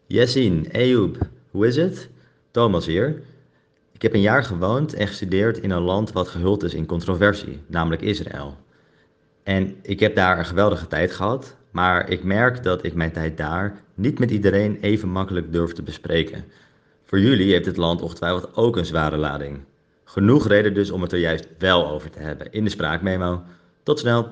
Yassine, Eyoub, hoe is het? Thomas hier. Ik heb een jaar gewoond en gestudeerd in een land wat gehuld is in controversie, namelijk Israël. En ik heb daar een geweldige tijd gehad, maar ik merk dat ik mijn tijd daar niet met iedereen even makkelijk durf te bespreken. Voor jullie heeft het land ongetwijfeld ook een zware lading. Genoeg reden dus om het er juist wel over te hebben in de spraakmemo. Tot snel!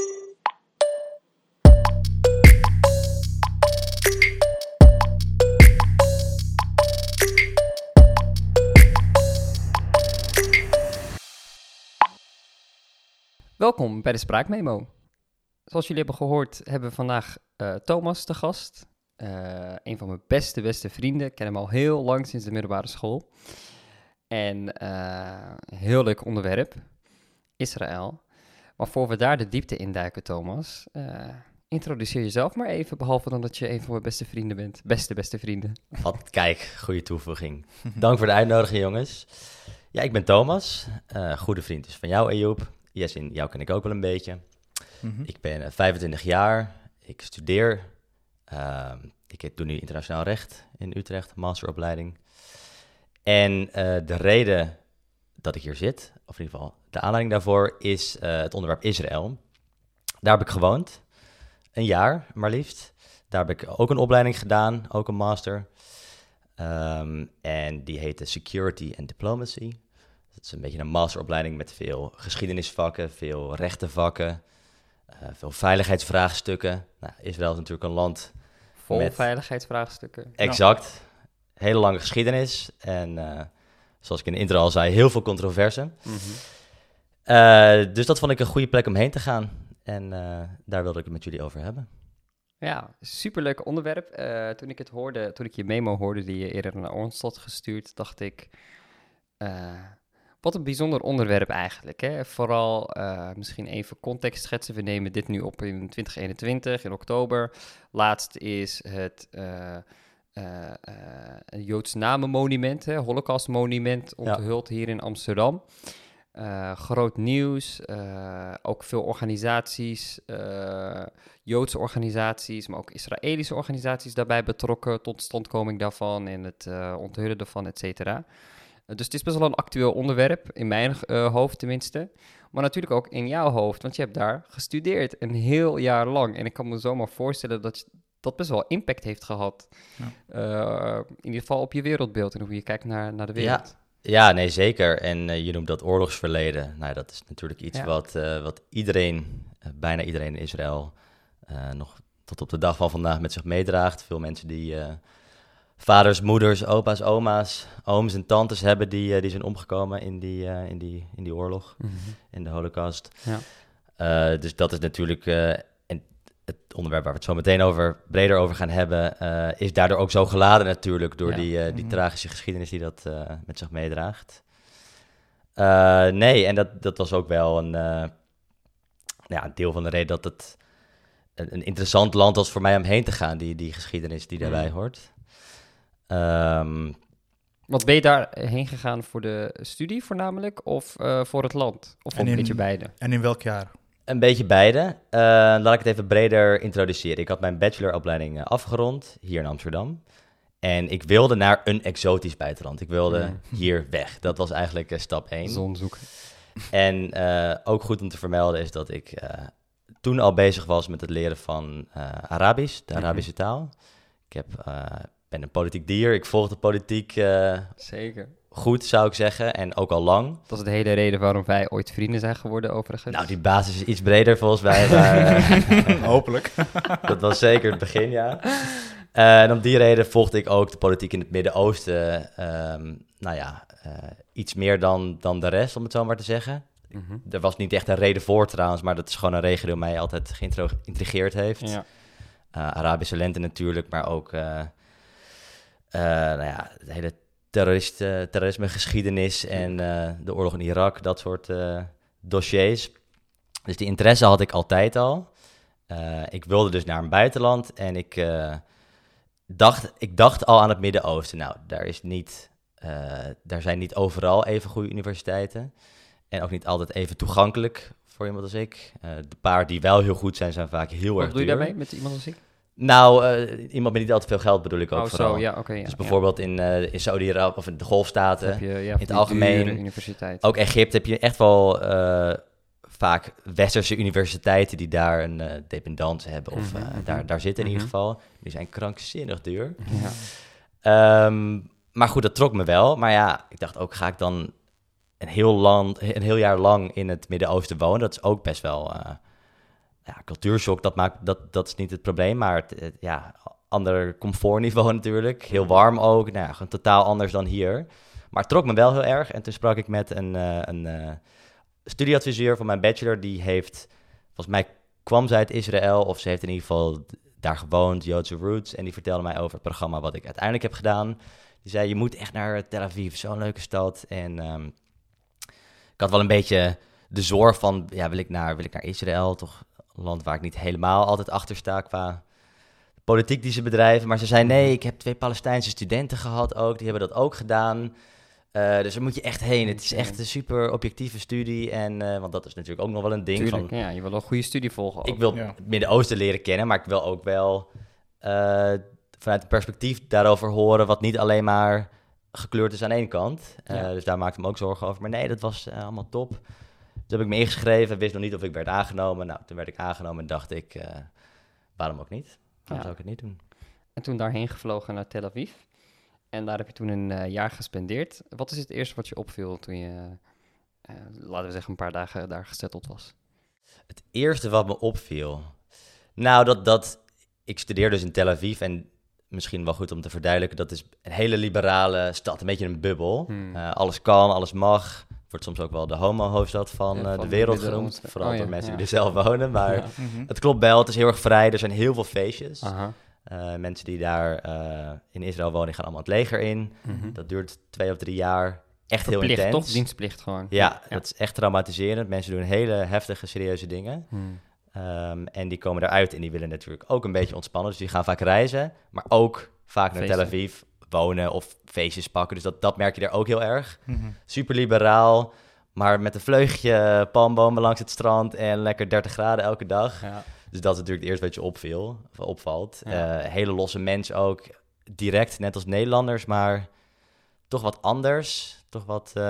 Welkom bij de Spraakmemo. Zoals jullie hebben gehoord, hebben we vandaag Thomas te gast. Een van mijn beste vrienden. Ik ken hem al heel lang sinds de middelbare school. En heel leuk onderwerp, Israël. Maar voor we daar de diepte in duiken, Thomas, introduceer jezelf maar even, behalve dan dat je een van mijn beste vrienden bent. Beste vrienden. Kijk, goede toevoeging. Dank voor de uitnodiging, jongens. Ja, ik ben Thomas, goede vriend dus van jou, Eyoub. Jessin, jou ken ik ook wel een beetje. Ik ben 25 jaar, ik studeer. Ik doe nu internationaal recht in Utrecht, masteropleiding. En de reden dat ik hier zit, of in ieder geval de aanleiding daarvoor, is het onderwerp Israël. Daar heb ik gewoond, een jaar maar liefst. Daar heb ik ook een opleiding gedaan, ook een master. En die heette Security and Diplomacy. Dat is een beetje een masteropleiding met veel geschiedenisvakken, veel rechtenvakken, veel veiligheidsvraagstukken. Nou, Israël is natuurlijk een land Vol met veiligheidsvraagstukken. exact, hele lange geschiedenis. En zoals ik in de intro al zei, heel veel controverse. Dus dat vond ik een goede plek om heen te gaan. En daar wilde ik het met jullie over hebben. Ja, superleuk onderwerp. Toen ik je memo hoorde die je eerder naar ons had gestuurd, dacht ik, wat een bijzonder onderwerp eigenlijk. Hè? Vooral misschien even context schetsen. We nemen dit nu op in 2021, in oktober. Laatst is het Joods Namenmonument, Holocaustmonument, onthuld hier in Amsterdam. Groot nieuws, ook veel organisaties, Joodse organisaties, maar ook Israëlische organisaties daarbij betrokken, tot standkoming daarvan en het onthullen daarvan, et cetera. Dus het is best wel een actueel onderwerp, in mijn hoofd tenminste, maar natuurlijk ook in jouw hoofd, want je hebt daar gestudeerd een heel jaar lang. En ik kan me zomaar voorstellen dat dat best wel impact heeft gehad, in ieder geval op je wereldbeeld en hoe je kijkt naar de wereld. Ja, nee, zeker. En je noemt dat oorlogsverleden. Nou, dat is natuurlijk iets wat iedereen, bijna iedereen in Israël, nog tot op de dag van vandaag met zich meedraagt. Veel mensen die vaders, moeders, opa's, oma's, ooms en tantes hebben die zijn omgekomen in die oorlog, in de Holocaust. Ja. Dus dat is natuurlijk, en het onderwerp waar we het zo meteen breder over gaan hebben, is daardoor ook zo geladen natuurlijk door die tragische geschiedenis die dat met zich meedraagt. Nee, en dat was ook wel een deel van de reden dat het een interessant land was voor mij om heen te gaan, die geschiedenis die daarbij hoort. Wat ben je daarheen gegaan voor de studie voornamelijk of voor het land? Of een beetje beide? En in welk jaar? Een beetje beide. Laat ik het even breder introduceren. Ik had mijn bacheloropleiding afgerond hier in Amsterdam. En ik wilde naar een exotisch buitenland. Ik wilde hier weg. Dat was eigenlijk stap 1. Zon zoeken. En ook goed om te vermelden is dat ik toen al bezig was met het leren van Arabisch, de Arabische taal. Ik ben een politiek dier. Ik volg de politiek zeker goed, zou ik zeggen. En ook al lang. Dat is de hele reden waarom wij ooit vrienden zijn geworden, overigens. Nou, die basis is iets breder volgens mij. Maar, hopelijk. Dat was zeker het begin, ja. En om die reden volgde ik ook de politiek in het Midden-Oosten. Iets meer dan de rest, om het zo maar te zeggen. Er was niet echt een reden voor trouwens, maar dat is gewoon een regio die mij altijd geïntrigeerd heeft. Ja. Arabische lente natuurlijk, maar ook de hele terrorisme-geschiedenis en de oorlog in Irak, dat soort dossiers. Dus die interesse had ik altijd al. Ik wilde dus naar een buitenland en ik dacht al aan het Midden-Oosten. Nou, daar zijn niet overal even goede universiteiten en ook niet altijd even toegankelijk voor iemand als ik. De paar die wel heel goed zijn vaak heel erg duur. Wat doe je daarmee met iemand als ik? Nou, iemand met niet al te veel geld bedoel ik ook vooral. Zo, ja, oké. Dus bijvoorbeeld in Saudi-Arabië of in de Golfstaten, heb je, in het algemeen. Universiteit. Ook Egypte heb je echt wel vaak westerse universiteiten die daar een dependance hebben. Of daar zitten in ieder geval. Die zijn krankzinnig duur. Ja. Maar goed, dat trok me wel. Maar ja, ik dacht ook, ga ik dan een heel jaar lang in het Midden-Oosten wonen? Dat is ook best wel cultuurshock. Dat is niet het probleem, maar ander comfortniveau natuurlijk. Heel warm ook. Nou ja, gewoon totaal anders dan hier. Maar het trok me wel heel erg. En toen sprak ik met een studieadviseur van mijn bachelor. Die heeft, volgens mij kwam zij uit Israël, of ze heeft in ieder geval daar gewoond, Joodse roots. En die vertelde mij over het programma wat ik uiteindelijk heb gedaan. Die zei, je moet echt naar Tel Aviv, zo'n leuke stad. En ik had wel een beetje de zorg van, wil ik naar Israël? Toch een land waar ik niet helemaal altijd achter sta qua politiek die ze bedrijven. Maar ze zei, nee, ik heb 2 Palestijnse studenten gehad ook. Die hebben dat ook gedaan. Dus daar moet je echt heen. Het is echt een super objectieve studie. En, want dat is natuurlijk ook nog wel een ding. Tuurlijk, ja, je wil een goede studie volgen. Ook. Ik wil het Midden-Oosten leren kennen, maar ik wil ook wel vanuit een perspectief daarover horen wat niet alleen maar gekleurd is aan één kant. Dus daar maakte ik me ook zorgen over. Maar nee, dat was allemaal top. Dus heb ik me ingeschreven, wist nog niet of ik werd aangenomen. Nou, toen werd ik aangenomen en dacht ik, waarom ook niet? Waarom zou ik het niet doen? En toen daarheen gevlogen naar Tel Aviv. En daar heb je toen een jaar gespendeerd. Wat is het eerste wat je opviel toen je, laten we zeggen, een paar dagen daar gesetteld was? Het eerste wat me opviel? Nou, dat ik studeerde dus in Tel Aviv en misschien wel goed om te verduidelijken, dat is een hele liberale stad, een beetje een bubbel. Alles kan, alles mag. Wordt soms ook wel de homo-hoofdstad van de wereld genoemd. Vooral door mensen die er zelf wonen. Maar het klopt wel, het is heel erg vrij. Er zijn heel veel feestjes. Mensen die daar in Israël wonen, gaan allemaal het leger in. Dat duurt 2 of 3 jaar. Echt Verplicht, heel intens. Toch? Dienstplicht gewoon. Ja, dat is echt traumatiserend. Mensen doen hele heftige, serieuze dingen. En die komen eruit en die willen natuurlijk ook een beetje ontspannen. Dus die gaan vaak reizen, maar ook vaak naar Tel Aviv wonen of feestjes pakken. Dus dat merk je daar ook heel erg. Super liberaal, maar met een vleugje palmbomen langs het strand en lekker 30 graden elke dag. Ja. Dus dat is natuurlijk het eerste wat je opvalt. Hele losse mensen ook, direct, net als Nederlanders, maar toch wat anders. Toch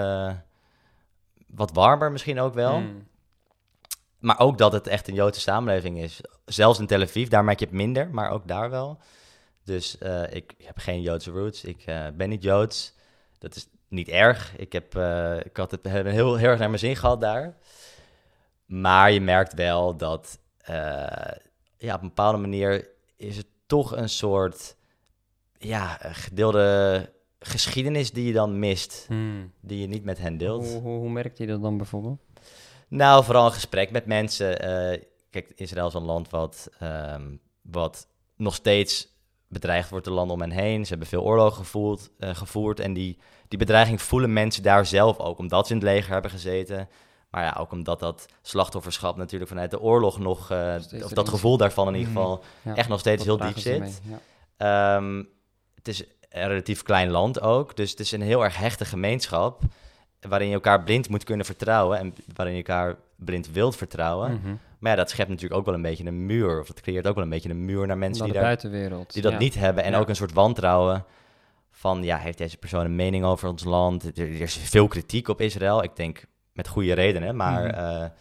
wat warmer misschien ook wel. Maar ook dat het echt een Joodse samenleving is. Zelfs in Tel Aviv, daar merk je het minder, maar ook daar wel. Dus ik heb geen Joodse roots. Ik ben niet Joods. Dat is niet erg. Ik had het heel erg naar mijn zin gehad daar. Maar je merkt wel dat op een bepaalde manier is het toch een soort gedeelde geschiedenis die je dan mist. Die je niet met hen deelt. Hoe merkt je dat dan bijvoorbeeld? Nou, vooral een gesprek met mensen. Kijk, Israël is een land wat nog steeds bedreigd wordt, de landen om hen heen. Ze hebben veel oorlogen gevoerd. En die bedreiging voelen mensen daar zelf ook, omdat ze in het leger hebben gezeten. Maar ja, ook omdat dat slachtofferschap natuurlijk vanuit de oorlog nog, of dat gevoel daarvan in ieder geval, echt nog steeds heel diep zit. Het is een relatief klein land ook, dus het is een heel erg hechte gemeenschap, waarin je elkaar blind moet kunnen vertrouwen en waarin je elkaar blind wilt vertrouwen. Maar ja, dat schept natuurlijk ook wel een beetje een muur, of het creëert ook wel een beetje een muur naar mensen die dat niet hebben. En ook een soort wantrouwen van, heeft deze persoon een mening over ons land? Er is veel kritiek op Israël, ik denk met goede redenen, maar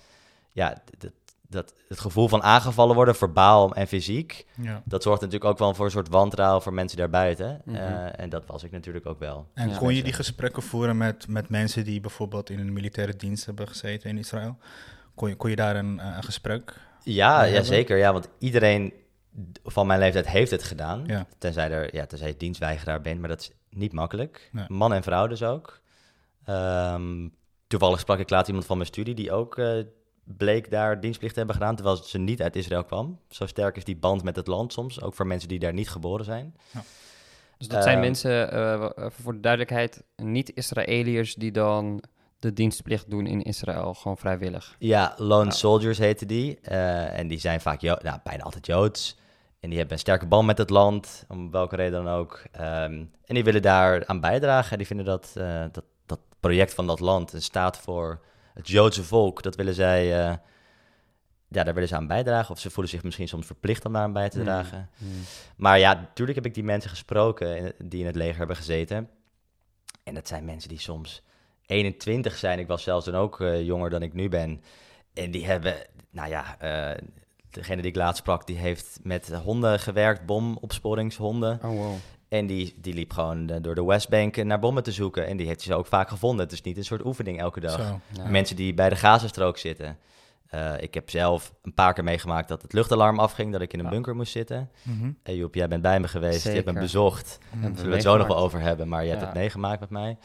het gevoel van aangevallen worden, verbaal en fysiek, dat zorgt natuurlijk ook wel voor een soort wantrouwen voor mensen daarbuiten. En dat was ik natuurlijk ook wel. En kon je die gesprekken voeren met mensen die bijvoorbeeld in een militaire dienst hebben gezeten in Israël? Kon je daar een gesprek Ja, zeker. Ja, want iedereen van mijn leeftijd heeft het gedaan. Ja. Tenzij je dienstweigeraar bent, maar dat is niet makkelijk. Nee. Man en vrouw dus ook. Toevallig sprak ik laatst iemand van mijn studie die ook bleek daar dienstplicht te hebben gedaan, terwijl ze niet uit Israël kwam. Zo sterk is die band met het land soms, ook voor mensen die daar niet geboren zijn. Ja. Dus dat zijn mensen, voor de duidelijkheid, niet-Israëliërs die dan de dienstplicht doen in Israël, gewoon vrijwillig. Ja, lone soldiers heten die. En die zijn vaak bijna altijd Joods. En die hebben een sterke band met het land, om welke reden dan ook. En die willen daar aan bijdragen. Die vinden dat project van dat land staat voor het Joodse volk. Dat willen zij daar willen ze aan bijdragen. Of ze voelen zich misschien soms verplicht om daar aan bij te dragen. Maar ja, natuurlijk heb ik die mensen gesproken die in het leger hebben gezeten. En dat zijn mensen die soms 21 zijn. Ik was zelfs dan ook jonger dan ik nu ben. En die hebben, degene die ik laatst sprak, die heeft met honden gewerkt, bomopsporingshonden. Oh, wow. En die liep gewoon door de Westbank naar bommen te zoeken. En die heeft ze ook vaak gevonden. Het is niet een soort oefening elke dag. Zo. Ja. Mensen die bij de Gazastrook zitten. Ik heb zelf een paar keer meegemaakt dat het luchtalarm afging, dat ik in een bunker moest zitten. Joep, jij bent bij me geweest, je hebt me bezocht. Daar zullen we het zo nog wel over hebben, maar je hebt het meegemaakt met mij.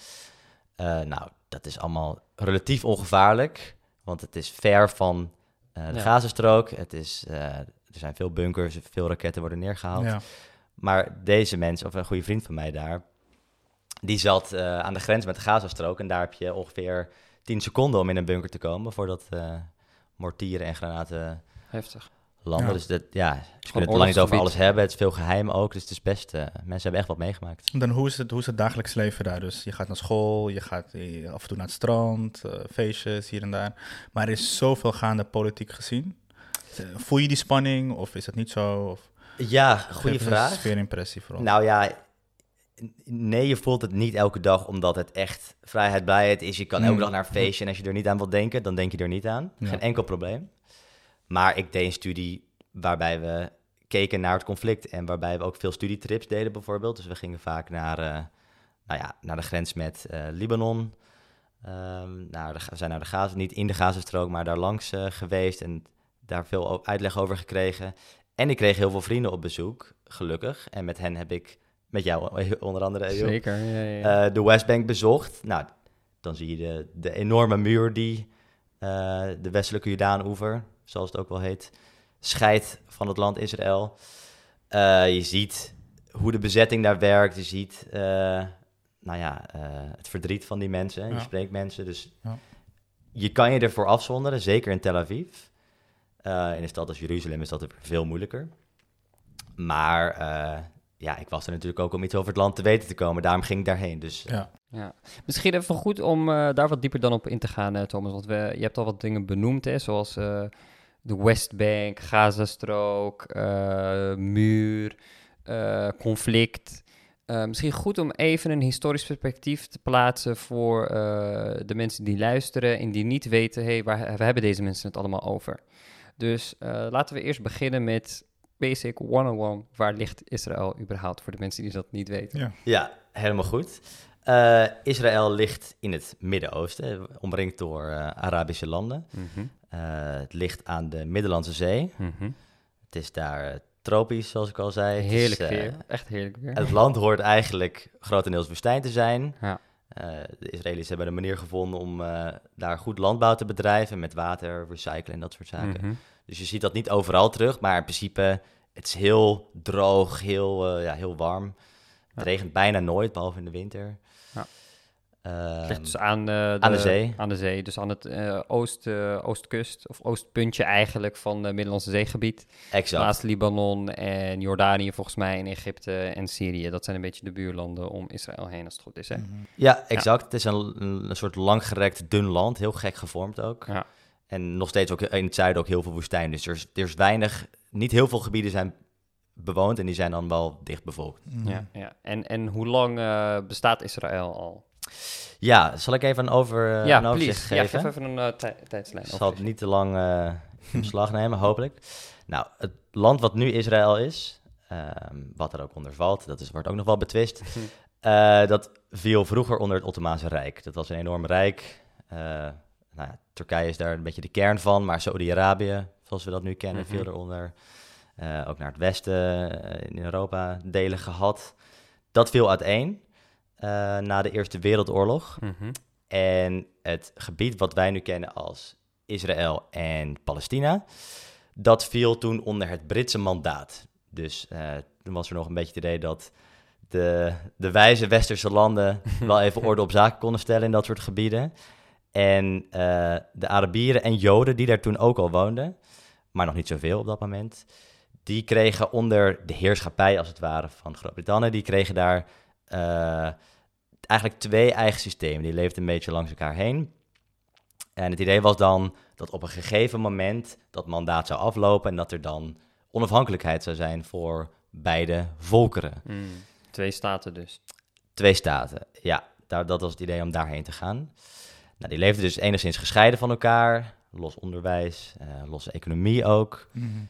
Dat is allemaal relatief ongevaarlijk, want het is ver van de Gazastrook. Er zijn veel bunkers, veel raketten worden neergehaald. Ja. Maar deze mensen, of een goede vriend van mij daar, die zat aan de grens met de Gazastrook. En daar heb je ongeveer 10 seconden om in een bunker te komen voordat mortieren en granaten heftig landen. Dus ze kunnen het lang niet over alles hebben. Het is veel geheim ook, dus het is best... mensen hebben echt wat meegemaakt. Dan hoe is het dagelijks leven daar? Dus je gaat naar school, je gaat af en toe naar het strand, feestjes hier en daar. Maar er is zoveel gaande politiek gezien. Voel je die spanning of is dat niet zo? Of... Ja, goede vraag. Een sfeerimpressie vooral. Nou ja, nee, je voelt het niet elke dag omdat het echt vrijheid, blijheid is. Je kan elke dag naar een feestje en als je er niet aan wilt denken, dan denk je er niet aan. Ja. Geen enkel probleem. Maar ik deed een studie waarbij we keken naar het conflict en waarbij we ook veel studietrips deden bijvoorbeeld. Dus we gingen vaak naar de grens met Libanon. We zijn naar de Gaza, niet in de Gazastrook, maar daar langs geweest en daar veel uitleg over gekregen. En ik kreeg heel veel vrienden op bezoek, gelukkig. En met hen heb ik, met jou onder andere, zeker, ja. De Westbank bezocht. Nou, dan zie je de enorme muur die de westelijke Jordaan-oever, zoals het ook wel heet, scheidt van het land Israël. Je ziet hoe de bezetting daar werkt. Je ziet het verdriet van die mensen. Je spreekt mensen, dus je kan je ervoor afzonderen, zeker in Tel Aviv. In een stad als Jeruzalem is dat veel moeilijker. Maar ik was er natuurlijk ook om iets over het land te weten te komen. Daarom ging ik daarheen. Dus, ja. Misschien even goed om daar wat dieper dan op in te gaan, Thomas. Want je hebt al wat dingen benoemd, hè, zoals de Westbank, Gazastrook, muur, conflict. Misschien goed om even een historisch perspectief te plaatsen voor de mensen die luisteren en die niet weten, waar hebben deze mensen het allemaal over? Dus laten we eerst beginnen met Basic 101. Waar ligt Israël überhaupt voor de mensen die dat niet weten? Ja, helemaal goed. Israël ligt in het Midden-Oosten, omringd door Arabische landen. Mm-hmm. Het ligt aan de Middellandse Zee. Mm-hmm. Het is daar tropisch, zoals ik al zei. Heerlijk weer, echt heerlijk weer. Het land hoort eigenlijk grotendeels woestijn te zijn. Ja. De Israëli's hebben een manier gevonden om daar goed landbouw te bedrijven met water, recyclen en dat soort zaken. Mm-hmm. Dus je ziet dat niet overal terug, maar in principe, het is heel droog, heel warm. Het regent bijna nooit, behalve in de winter. Ja. Het ligt dus aan de zee. Aan de zee, dus aan het oostkust, of oostpuntje eigenlijk van het Middellandse Zeegebied. Exact. Naast Libanon en Jordanië volgens mij en Egypte en Syrië. Dat zijn een beetje de buurlanden om Israël heen, als het goed is, hè? Mm-hmm. Ja, exact. Ja. Het is een soort langgerekt, dun land, heel gek gevormd ook. Ja. En nog steeds ook in het zuiden ook heel veel woestijn. Dus er is weinig, niet heel veel gebieden zijn bewoond en die zijn dan wel dicht bevolkt. Mm-hmm. Ja. En hoe lang bestaat Israël al? Ja, zal ik even een overzicht geven? Ja, geef even een tijdslijn. Ik zal het niet te lang in beslag nemen, hopelijk. Nou, het land wat nu Israël is, wat er ook onder valt, wordt ook nog wel betwist. Dat viel vroeger onder het Ottomaanse Rijk. Dat was een enorm rijk. Turkije is daar een beetje de kern van, maar Saudi-Arabië, zoals we dat nu kennen, viel eronder. Ook naar het westen, in Europa, delen gehad. Dat viel uiteen na de Eerste Wereldoorlog. Mm-hmm. En het gebied wat wij nu kennen als Israël en Palestina, dat viel toen onder het Britse mandaat. Dus toen was er nog een beetje het idee dat de wijze westerse landen wel even orde op zaken konden stellen in dat soort gebieden. En de Arabieren en Joden die daar toen ook al woonden, maar nog niet zoveel op dat moment, die kregen onder de heerschappij, als het ware, van Groot-Brittannië, die kregen daar eigenlijk 2 eigen systemen. Die leefden een beetje langs elkaar heen. En het idee was dan dat op een gegeven moment dat mandaat zou aflopen en dat er dan onafhankelijkheid zou zijn voor beide volkeren. 2 staten dus. 2 staten, ja. Dat was het idee om daarheen te gaan. Nou, die leefden dus enigszins gescheiden van elkaar. Los onderwijs, losse economie ook.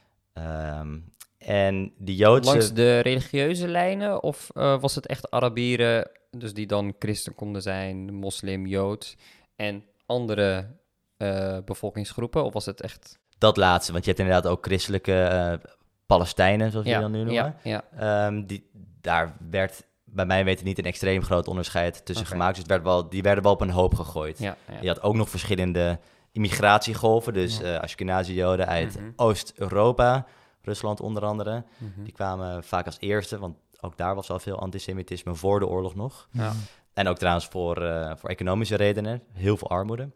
En die Joodse... Langs de religieuze lijnen of was het echt Arabieren, dus die dan christen konden zijn, moslim, Jood en andere bevolkingsgroepen? Of was het echt... Dat laatste, want je hebt inderdaad ook christelijke Palestijnen, zoals je dan nu noemen. Daar werd bij mij weten niet een extreem groot onderscheid tussen gemaakt. Dus die werden wel op een hoop gegooid. Je had ook nog verschillende immigratiegolven. Dus Ashkenazi-Joden uit Oost-Europa, Rusland onder andere. Die kwamen vaak als eerste, want ook daar was al veel antisemitisme voor de oorlog nog. Ja. En ook trouwens voor economische redenen, heel veel armoede.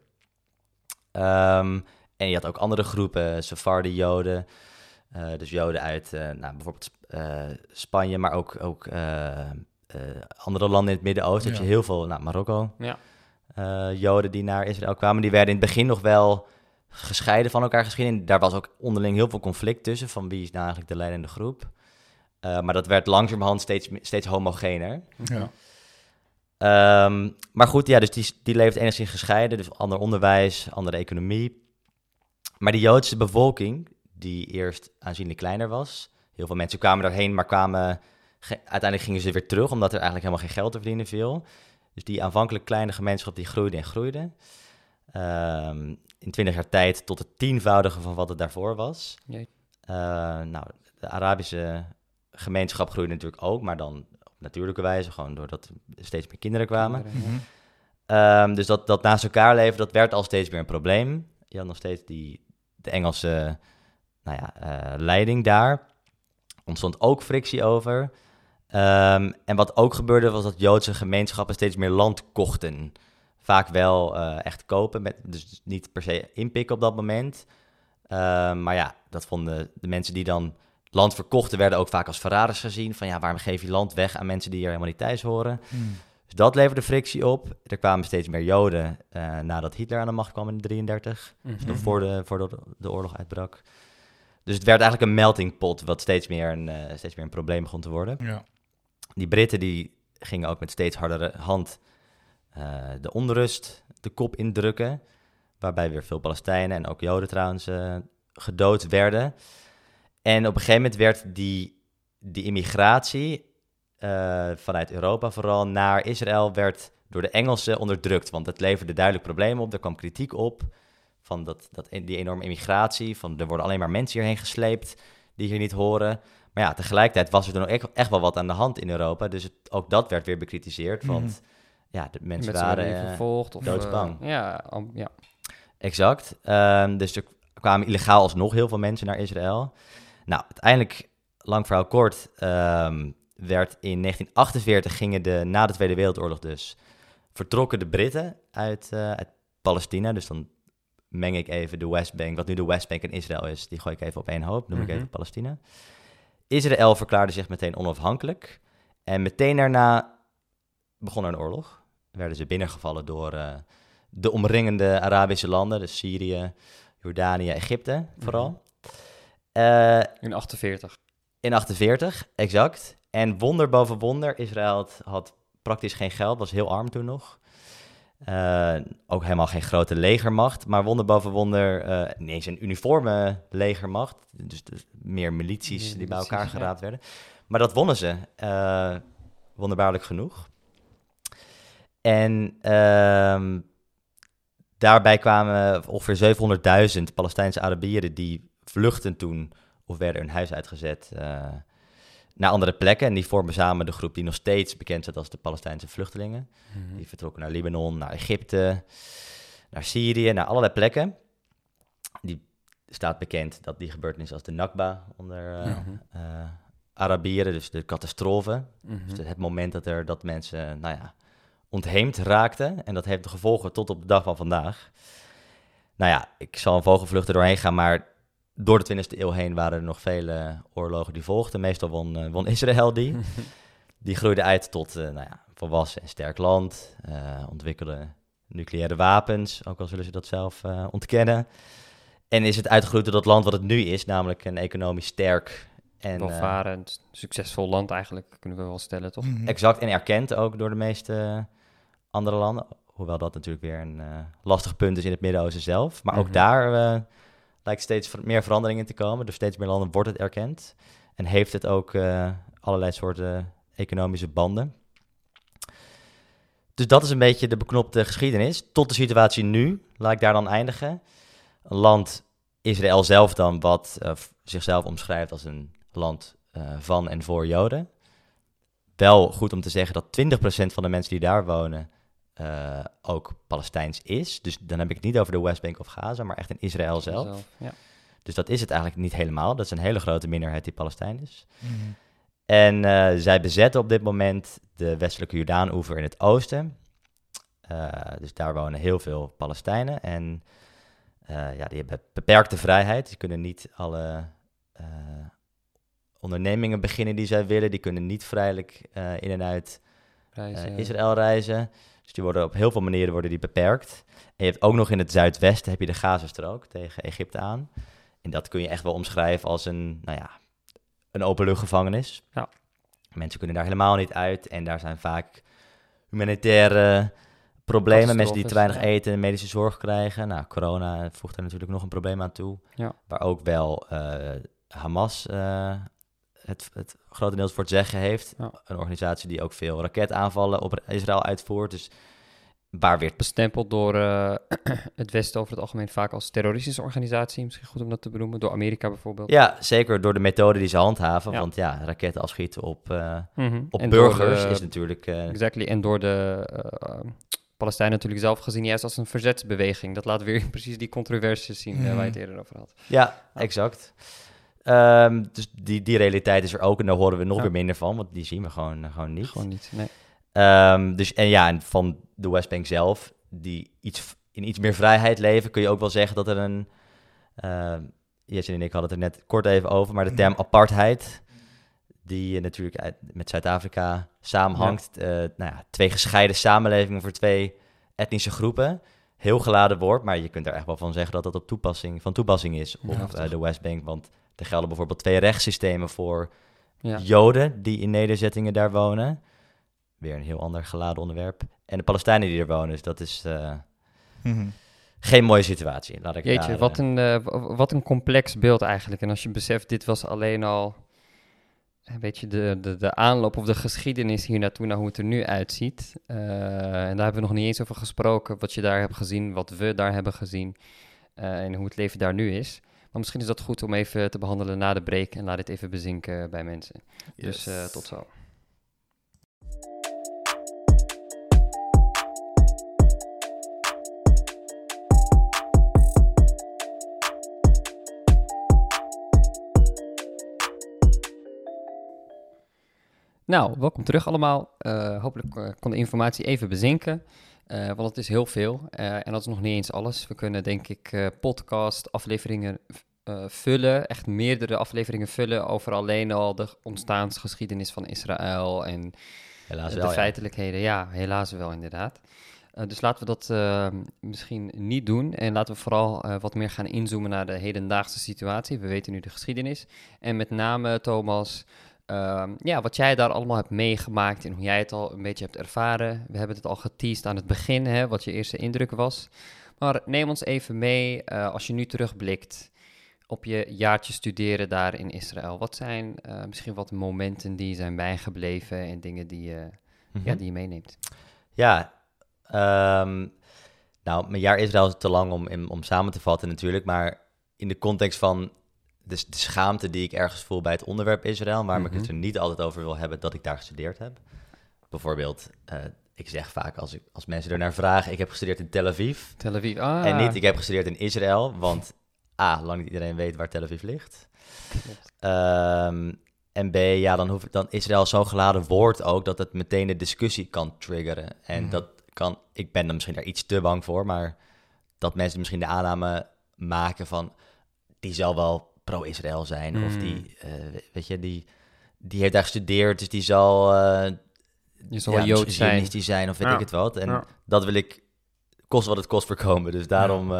En je had ook andere groepen, Sephardi-Joden, dus Joden uit bijvoorbeeld Spanje, maar ook andere landen in het Midden-Oosten. Heb je heel veel, Marokko, Joden die naar Israël kwamen. Die werden in het begin nog wel gescheiden van elkaar geschreven. Daar was ook onderling heel veel conflict tussen, van wie is nou eigenlijk de leidende groep. Maar dat werd langzamerhand steeds homogener. Ja. Maar goed, dus die leeft enigszins gescheiden. Dus ander onderwijs, andere economie. Maar die Joodse bevolking, die eerst aanzienlijk kleiner was. Heel veel mensen kwamen daarheen, maar uiteindelijk gingen ze weer terug, omdat er eigenlijk helemaal geen geld te verdienen viel. Dus die aanvankelijk kleine gemeenschap, die groeide en groeide. In 20 jaar tijd tot het 10-voudige van wat het daarvoor was. De Arabische gemeenschap groeide natuurlijk ook, maar dan op natuurlijke wijze, gewoon doordat er steeds meer kinderen kwamen. Dus dat naast elkaar leven, dat werd al steeds meer een probleem. Je had nog steeds de Engelse leiding daar. Ontstond ook frictie over. En wat ook gebeurde was dat Joodse gemeenschappen steeds meer land kochten. Vaak wel echt kopen, dus niet per se inpikken op dat moment. Maar dat vonden de mensen die dan land verkochten, werden ook vaak als verraders gezien. Van waarom geef je land weg aan mensen die er helemaal niet thuis horen? Dus dat leverde frictie op. Er kwamen steeds meer Joden nadat Hitler aan de macht kwam in 1933. Dus nog voor de oorlog uitbrak. Dus het werd eigenlijk een melting pot, wat steeds meer een probleem begon te worden. Ja. Die Britten die gingen ook met steeds hardere hand de onrust de kop indrukken. Waarbij weer veel Palestijnen en ook Joden trouwens gedood werden. En op een gegeven moment werd die immigratie vanuit Europa vooral naar Israël werd door de Engelsen onderdrukt. Want het leverde duidelijk problemen op. Er kwam kritiek op van die enorme immigratie. Van er worden alleen maar mensen hierheen gesleept die hier niet horen. Maar tegelijkertijd was er dan ook echt wel wat aan de hand in Europa. Dus ook dat werd weer bekritiseerd. Want de mensen waren vervolgd of doodsbang. Ja. Exact. Dus er kwamen illegaal alsnog heel veel mensen naar Israël. Nou, uiteindelijk, lang verhaal kort, werd in 1948 na de Tweede Wereldoorlog dus vertrokken de Britten uit Palestina. Dus dan meng ik even de Westbank, wat nu de Westbank en Israël is, die gooi ik even op één hoop, noem ik even Palestina. Israël verklaarde zich meteen onafhankelijk en meteen daarna begon er een oorlog. Werden ze binnengevallen door de omringende Arabische landen, dus Syrië, Jordanië, Egypte vooral. In 48. In 48, exact. En wonder boven wonder, Israël had praktisch geen geld, was heel arm toen nog. Ook helemaal geen grote legermacht, maar wonder boven wonder niet eens een uniforme legermacht. Dus meer milities die bij elkaar geraapt werden. Maar dat wonnen ze, wonderbaarlijk genoeg. En daarbij kwamen ongeveer 700.000 Palestijnse Arabieren die vluchten toen of werden hun huis uitgezet naar andere plekken. En die vormen samen de groep die nog steeds bekend staat als de Palestijnse vluchtelingen. Die vertrokken naar Libanon, naar Egypte, naar Syrië, naar allerlei plekken. Die staat bekend dat die gebeurtenis als de Nakba onder Arabieren, dus de catastrofe. Dus het moment dat mensen ontheemd raakten. En dat heeft de gevolgen tot op de dag van vandaag. Ik zal een vogelvlucht er doorheen gaan, maar door de 20e eeuw heen waren er nog vele oorlogen die volgden. Meestal won Israël die. Die groeide uit tot volwassen en sterk land. Ontwikkelde nucleaire wapens, ook al zullen ze dat zelf ontkennen. En is het uitgegroeid tot het land wat het nu is, namelijk een economisch sterk en welvarend, succesvol land eigenlijk, kunnen we wel stellen, toch? Exact, en erkend ook door de meeste andere landen. Hoewel dat natuurlijk weer een lastig punt is in het Midden-Oosten zelf. Maar ook daar lijkt steeds meer veranderingen te komen. Door steeds meer landen wordt het erkend. En heeft het ook allerlei soorten economische banden. Dus dat is een beetje de beknopte geschiedenis. Tot de situatie nu, laat ik daar dan eindigen. Een land, Israël zelf dan, wat zichzelf omschrijft als een land van en voor Joden. Wel goed om te zeggen dat 20% van de mensen die daar wonen ook Palestijns is. Dus dan heb ik het niet over de Westbank of Gaza, maar echt in Israël zelf. Ja. Dus dat is het eigenlijk niet helemaal. Dat is een hele grote minderheid die Palestijn is. En zij bezetten op dit moment de westelijke Jordaan-oever in het oosten. Dus daar wonen heel veel Palestijnen. En die hebben beperkte vrijheid. Die kunnen niet alle ondernemingen beginnen die zij willen. Die kunnen niet vrijelijk in en uit Israël reizen. Dus die worden op heel veel manieren beperkt. En je hebt ook nog in het zuidwesten heb je de Gazastrook tegen Egypte aan. En dat kun je echt wel omschrijven als een openluchtgevangenis. Ja. Mensen kunnen daar helemaal niet uit. En daar zijn vaak humanitaire problemen. Mensen die te weinig eten en medische zorg krijgen. Nou, corona voegt er natuurlijk nog een probleem aan toe. Ja. Waar ook wel Hamas het grotendeels voor het zeggen heeft. Ja. Een organisatie die ook veel raketaanvallen op Israël uitvoert. Dus waar weer bestempeld door het Westen over het algemeen vaak als terroristische organisatie. Misschien goed om dat te benoemen. Door Amerika bijvoorbeeld. Ja, zeker door de methode die ze handhaven. Ja. Want raketten afschieten op en burgers is natuurlijk... Exactly. En door de Palestijnen natuurlijk zelf gezien juist als een verzetsbeweging. Dat laat weer precies die controversies zien waar je het eerder over had. Ja, exact. Dus die realiteit is er ook en daar horen we nog weer minder van, want die zien we gewoon niet. Gewoon niet, nee. En van de Westbank zelf, die in iets meer vrijheid leven, kun je ook wel zeggen dat er een... Jesse en ik hadden het er net kort even over, maar de term apartheid, die natuurlijk met Zuid-Afrika samenhangt. Twee gescheiden samenlevingen voor twee etnische groepen. Heel geladen woord, maar je kunt er echt wel van zeggen dat dat van toepassing is op de Westbank, want er gelden bijvoorbeeld 2 rechtssystemen voor Joden die in nederzettingen daar wonen. Weer een heel ander geladen onderwerp. En de Palestijnen die er wonen, dus dat is geen mooie situatie. Laat ik Jeetje, wat een complex beeld eigenlijk. En als je beseft, dit was alleen al een beetje de aanloop of de geschiedenis hier naartoe, naar hoe het er nu uitziet. En daar hebben we nog niet eens over gesproken, wat je daar hebt gezien, wat we daar hebben gezien en hoe het leven daar nu is. Maar misschien is dat goed om even te behandelen na de break en laat dit even bezinken bij mensen. Yes. Dus tot zo. Nou, welkom terug allemaal. Hopelijk kon de informatie even bezinken, want het is heel veel en dat is nog niet eens alles. We kunnen denk ik podcast-afleveringen vullen, echt meerdere afleveringen vullen over alleen al de ontstaansgeschiedenis van Israël en de feitelijkheden. Ja, helaas wel inderdaad. Dus laten we dat misschien niet doen en laten we vooral wat meer gaan inzoomen naar de hedendaagse situatie. We weten nu de geschiedenis en met name, Thomas... wat jij daar allemaal hebt meegemaakt en hoe jij het al een beetje hebt ervaren. We hebben het al geteased aan het begin, wat je eerste indruk was. Maar neem ons even mee als je nu terugblikt op je jaartje studeren daar in Israël. Wat zijn misschien wat momenten die zijn bijgebleven en dingen die je meeneemt? Ja, mijn jaar Israël is te lang om samen te vatten natuurlijk, maar in de context van de schaamte die ik ergens voel bij het onderwerp Israël, waarom ik het er niet altijd over wil hebben dat ik daar gestudeerd heb. Bijvoorbeeld, ik zeg vaak als mensen ernaar vragen, ik heb gestudeerd in Tel Aviv. En niet, ik heb gestudeerd in Israël, want lang niet iedereen weet waar Tel Aviv ligt. En B, dan Israël zo'n geladen woord ook, dat het meteen de discussie kan triggeren. En ik ben er misschien daar iets te bang voor, maar dat mensen misschien de aanname maken van, die zal wel pro-Israël zijn, of die heeft daar gestudeerd, dus die zal Joods zijn of weet ik het wat. En dat wil ik kost wat het kost voorkomen. Dus daarom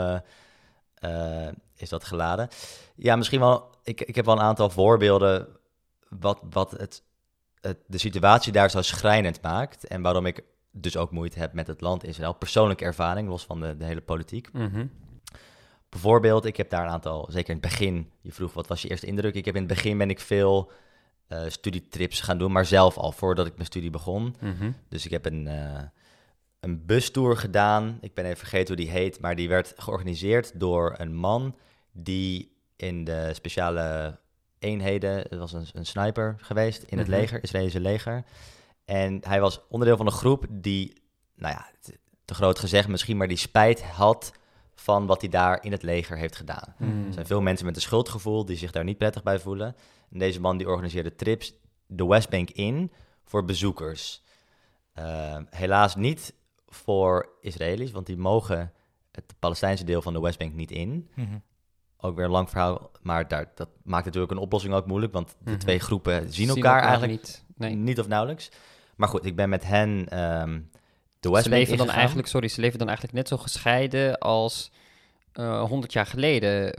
is dat geladen. Ja, misschien wel, ik heb wel een aantal voorbeelden wat de situatie daar zo schrijnend maakt. En waarom ik dus ook moeite heb met het land Israël. Persoonlijke ervaring, los van de hele politiek. Mm-hmm. Bijvoorbeeld, ik heb daar een aantal, zeker in het begin, je vroeg wat was je eerste indruk? Ik heb in het begin ben ik veel studietrips gaan doen, maar zelf al voordat ik mijn studie begon. Mm-hmm. Dus ik heb een bustour gedaan. Ik ben even vergeten hoe die heet, maar die werd georganiseerd door een man die in de speciale eenheden, het was een sniper geweest in het leger, Israëlische leger. En hij was onderdeel van een groep die, nou ja, te groot gezegd misschien, maar die spijt had van wat hij daar in het leger heeft gedaan. Er zijn veel mensen met een schuldgevoel die zich daar niet prettig bij voelen. En deze man die organiseerde trips de Westbank in voor bezoekers. Helaas niet voor Israëli's, want die mogen het Palestijnse deel van de Westbank niet in. Mm-hmm. Ook weer een lang verhaal, maar dat maakt natuurlijk een oplossing ook moeilijk, want de twee groepen zien elkaar eigenlijk niet. Nee. niet of nauwelijks. Maar goed, ik ben met hen de Westbank Ze leven dan eigenlijk net zo gescheiden als 100 jaar geleden,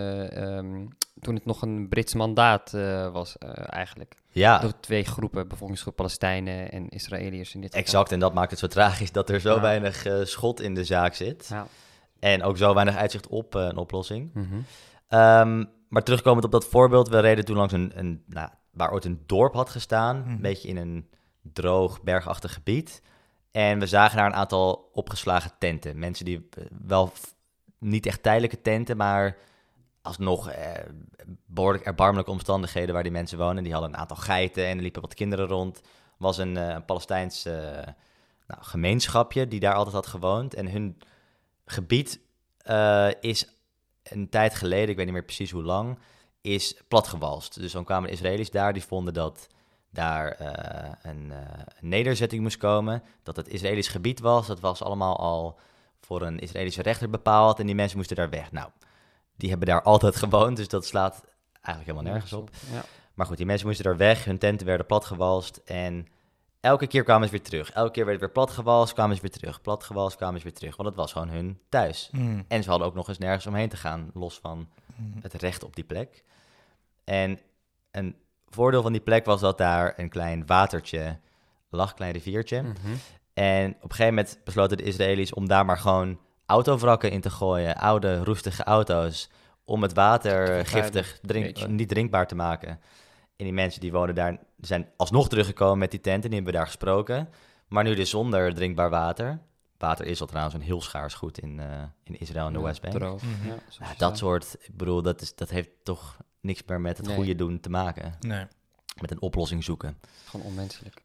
toen het nog een Brits mandaat was eigenlijk. Ja, Door twee groepen, bevolkingsgroep Palestijnen en Israëliërs in dit geval. exact. En dat maakt het zo tragisch dat er zo weinig schot in de zaak zit. Ja. En ook zo weinig uitzicht op een oplossing. Mm-hmm. Maar terugkomend op dat voorbeeld, we reden toen langs waar ooit een dorp had gestaan, Mm-hmm. een beetje in een droog, bergachtig gebied. En we zagen daar een aantal opgeslagen tenten. Mensen die wel niet echt tijdelijke tenten, maar alsnog behoorlijk erbarmelijke omstandigheden waar die mensen wonen. Die hadden een aantal geiten en er liepen wat kinderen rond. Was een Palestijns gemeenschapje die daar altijd had gewoond. En hun gebied is een tijd geleden, ik weet niet meer precies hoe lang, is platgewalst. Dus dan kwamen Israëli's daar, die vonden dat daar een nederzetting moest komen, dat het Israëlisch gebied was. Dat was allemaal al voor een Israëlische rechter bepaald en die mensen moesten daar weg. Nou, die hebben daar altijd gewoond, dus dat slaat eigenlijk helemaal nergens op. Ja. Maar goed, die mensen moesten daar weg, hun tenten werden platgewalst en elke keer kwamen ze weer terug. Elke keer werd het weer platgewalst, kwamen ze weer terug. Platgewalst, kwamen ze weer terug, want het was gewoon hun thuis. Mm. En ze hadden ook nog eens nergens omheen te gaan, los van het recht op die plek. En een voordeel van die plek was dat daar een klein watertje lag, een klein riviertje. Mm-hmm. En op een gegeven moment besloten de Israëli's om daar maar gewoon autovrakken in te gooien. Oude, roestige auto's, om het water giftig, niet drinkbaar te maken. En die mensen die wonen daar, zijn alsnog teruggekomen met die tenten, die hebben we daar gesproken. Maar nu dus zonder drinkbaar water. Water is al trouwens een heel schaars goed in Israël en de Westbank. Droog. Mhm. Ja, Ja, dat soort, ik bedoel, dat heeft toch niks meer met het goede doen te maken. Nee. Met een oplossing zoeken. Gewoon onmenselijk.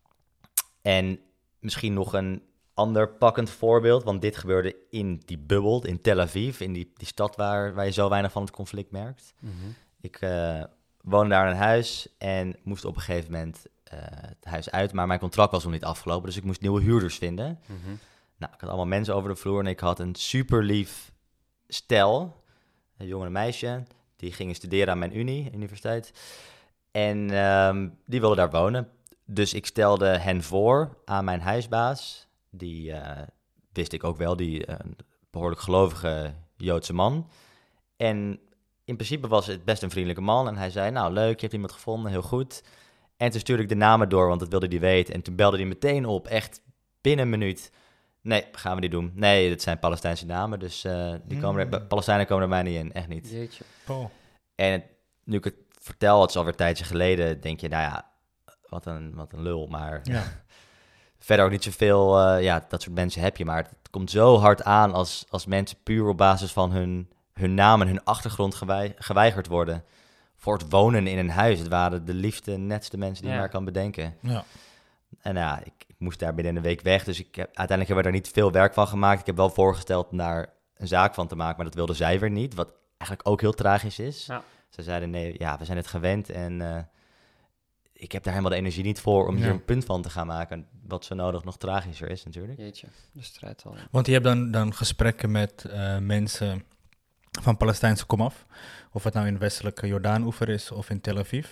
En misschien nog een ander pakkend voorbeeld, want dit gebeurde in die bubbel, in Tel Aviv, in die stad waar je zo weinig van het conflict merkt. Mm-hmm. Ik woonde daar in een huis en moest op een gegeven moment het huis uit, maar mijn contract was nog niet afgelopen, dus ik moest nieuwe huurders vinden. Mm-hmm. Nou, ik had allemaal mensen over de vloer en ik had een super lief stel, een jongen en een meisje, die gingen studeren aan mijn universiteit. En die wilden daar wonen. Dus ik stelde hen voor aan mijn huisbaas. Die wist ik ook wel, die behoorlijk gelovige Joodse man. En in principe was het best een vriendelijke man. En hij zei, nou leuk, je hebt iemand gevonden, heel goed. En toen stuurde ik de namen door, want dat wilde hij weten. En toen belde hij meteen op, echt binnen een minuut. Nee, gaan we niet doen. Nee, dat zijn Palestijnse namen, dus Palestijnen komen er mij niet in, echt niet. Jeetje. Oh. En nu ik het vertel, het is alweer een tijdje geleden, denk je, nou ja, wat een lul. Maar Ja. verder ook niet zoveel, dat soort mensen heb je. Maar het komt zo hard aan als mensen puur op basis van hun naam en hun achtergrond geweigerd worden voor het wonen in een huis. Het waren de liefste, netste mensen die je maar kan bedenken. Ja. En ja, ik moest daar binnen een week weg, dus uiteindelijk hebben we daar niet veel werk van gemaakt. Ik heb wel voorgesteld om daar een zaak van te maken, maar dat wilde zij weer niet, wat eigenlijk ook heel tragisch is. Ja. Ze zeiden, nee, ja, we zijn het gewend en ik heb daar helemaal de energie niet voor om hier een punt van te gaan maken, wat zo nodig nog tragischer is natuurlijk. Jeetje, de strijd al. Want je hebt dan gesprekken met mensen van Palestijnse komaf, of het nou in westelijke Jordaan-oever is of in Tel Aviv.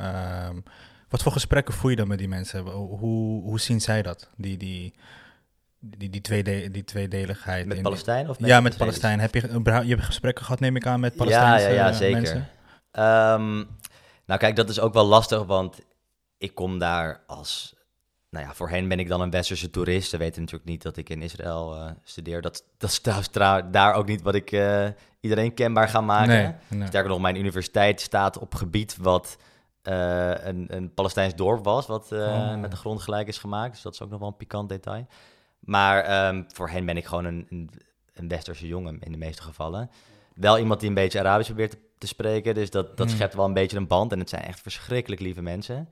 Wat voor gesprekken voer je dan met die mensen? Hoe zien zij dat? die tweedeligheid. Met Palestijn? Of met Palestijn. Je hebt gesprekken gehad, neem ik aan, met Palestijnse ja, zeker. mensen? Nou kijk, dat is ook wel lastig, want ik kom daar als... Nou ja, voor hen ben ik dan een westerse toerist. Ze weten natuurlijk niet dat ik in Israël studeer. Dat is trouwens daar ook niet wat ik iedereen kenbaar ga maken. Nee. Sterker nog, mijn universiteit staat op gebied wat een Palestijns dorp was, wat met de grond gelijk is gemaakt. Dus dat is ook nog wel een pikant detail. Maar voor hen ben ik gewoon een westerse jongen in de meeste gevallen. Wel iemand die een beetje Arabisch probeert te spreken, dus dat schept wel een beetje een band. En het zijn echt verschrikkelijk lieve mensen.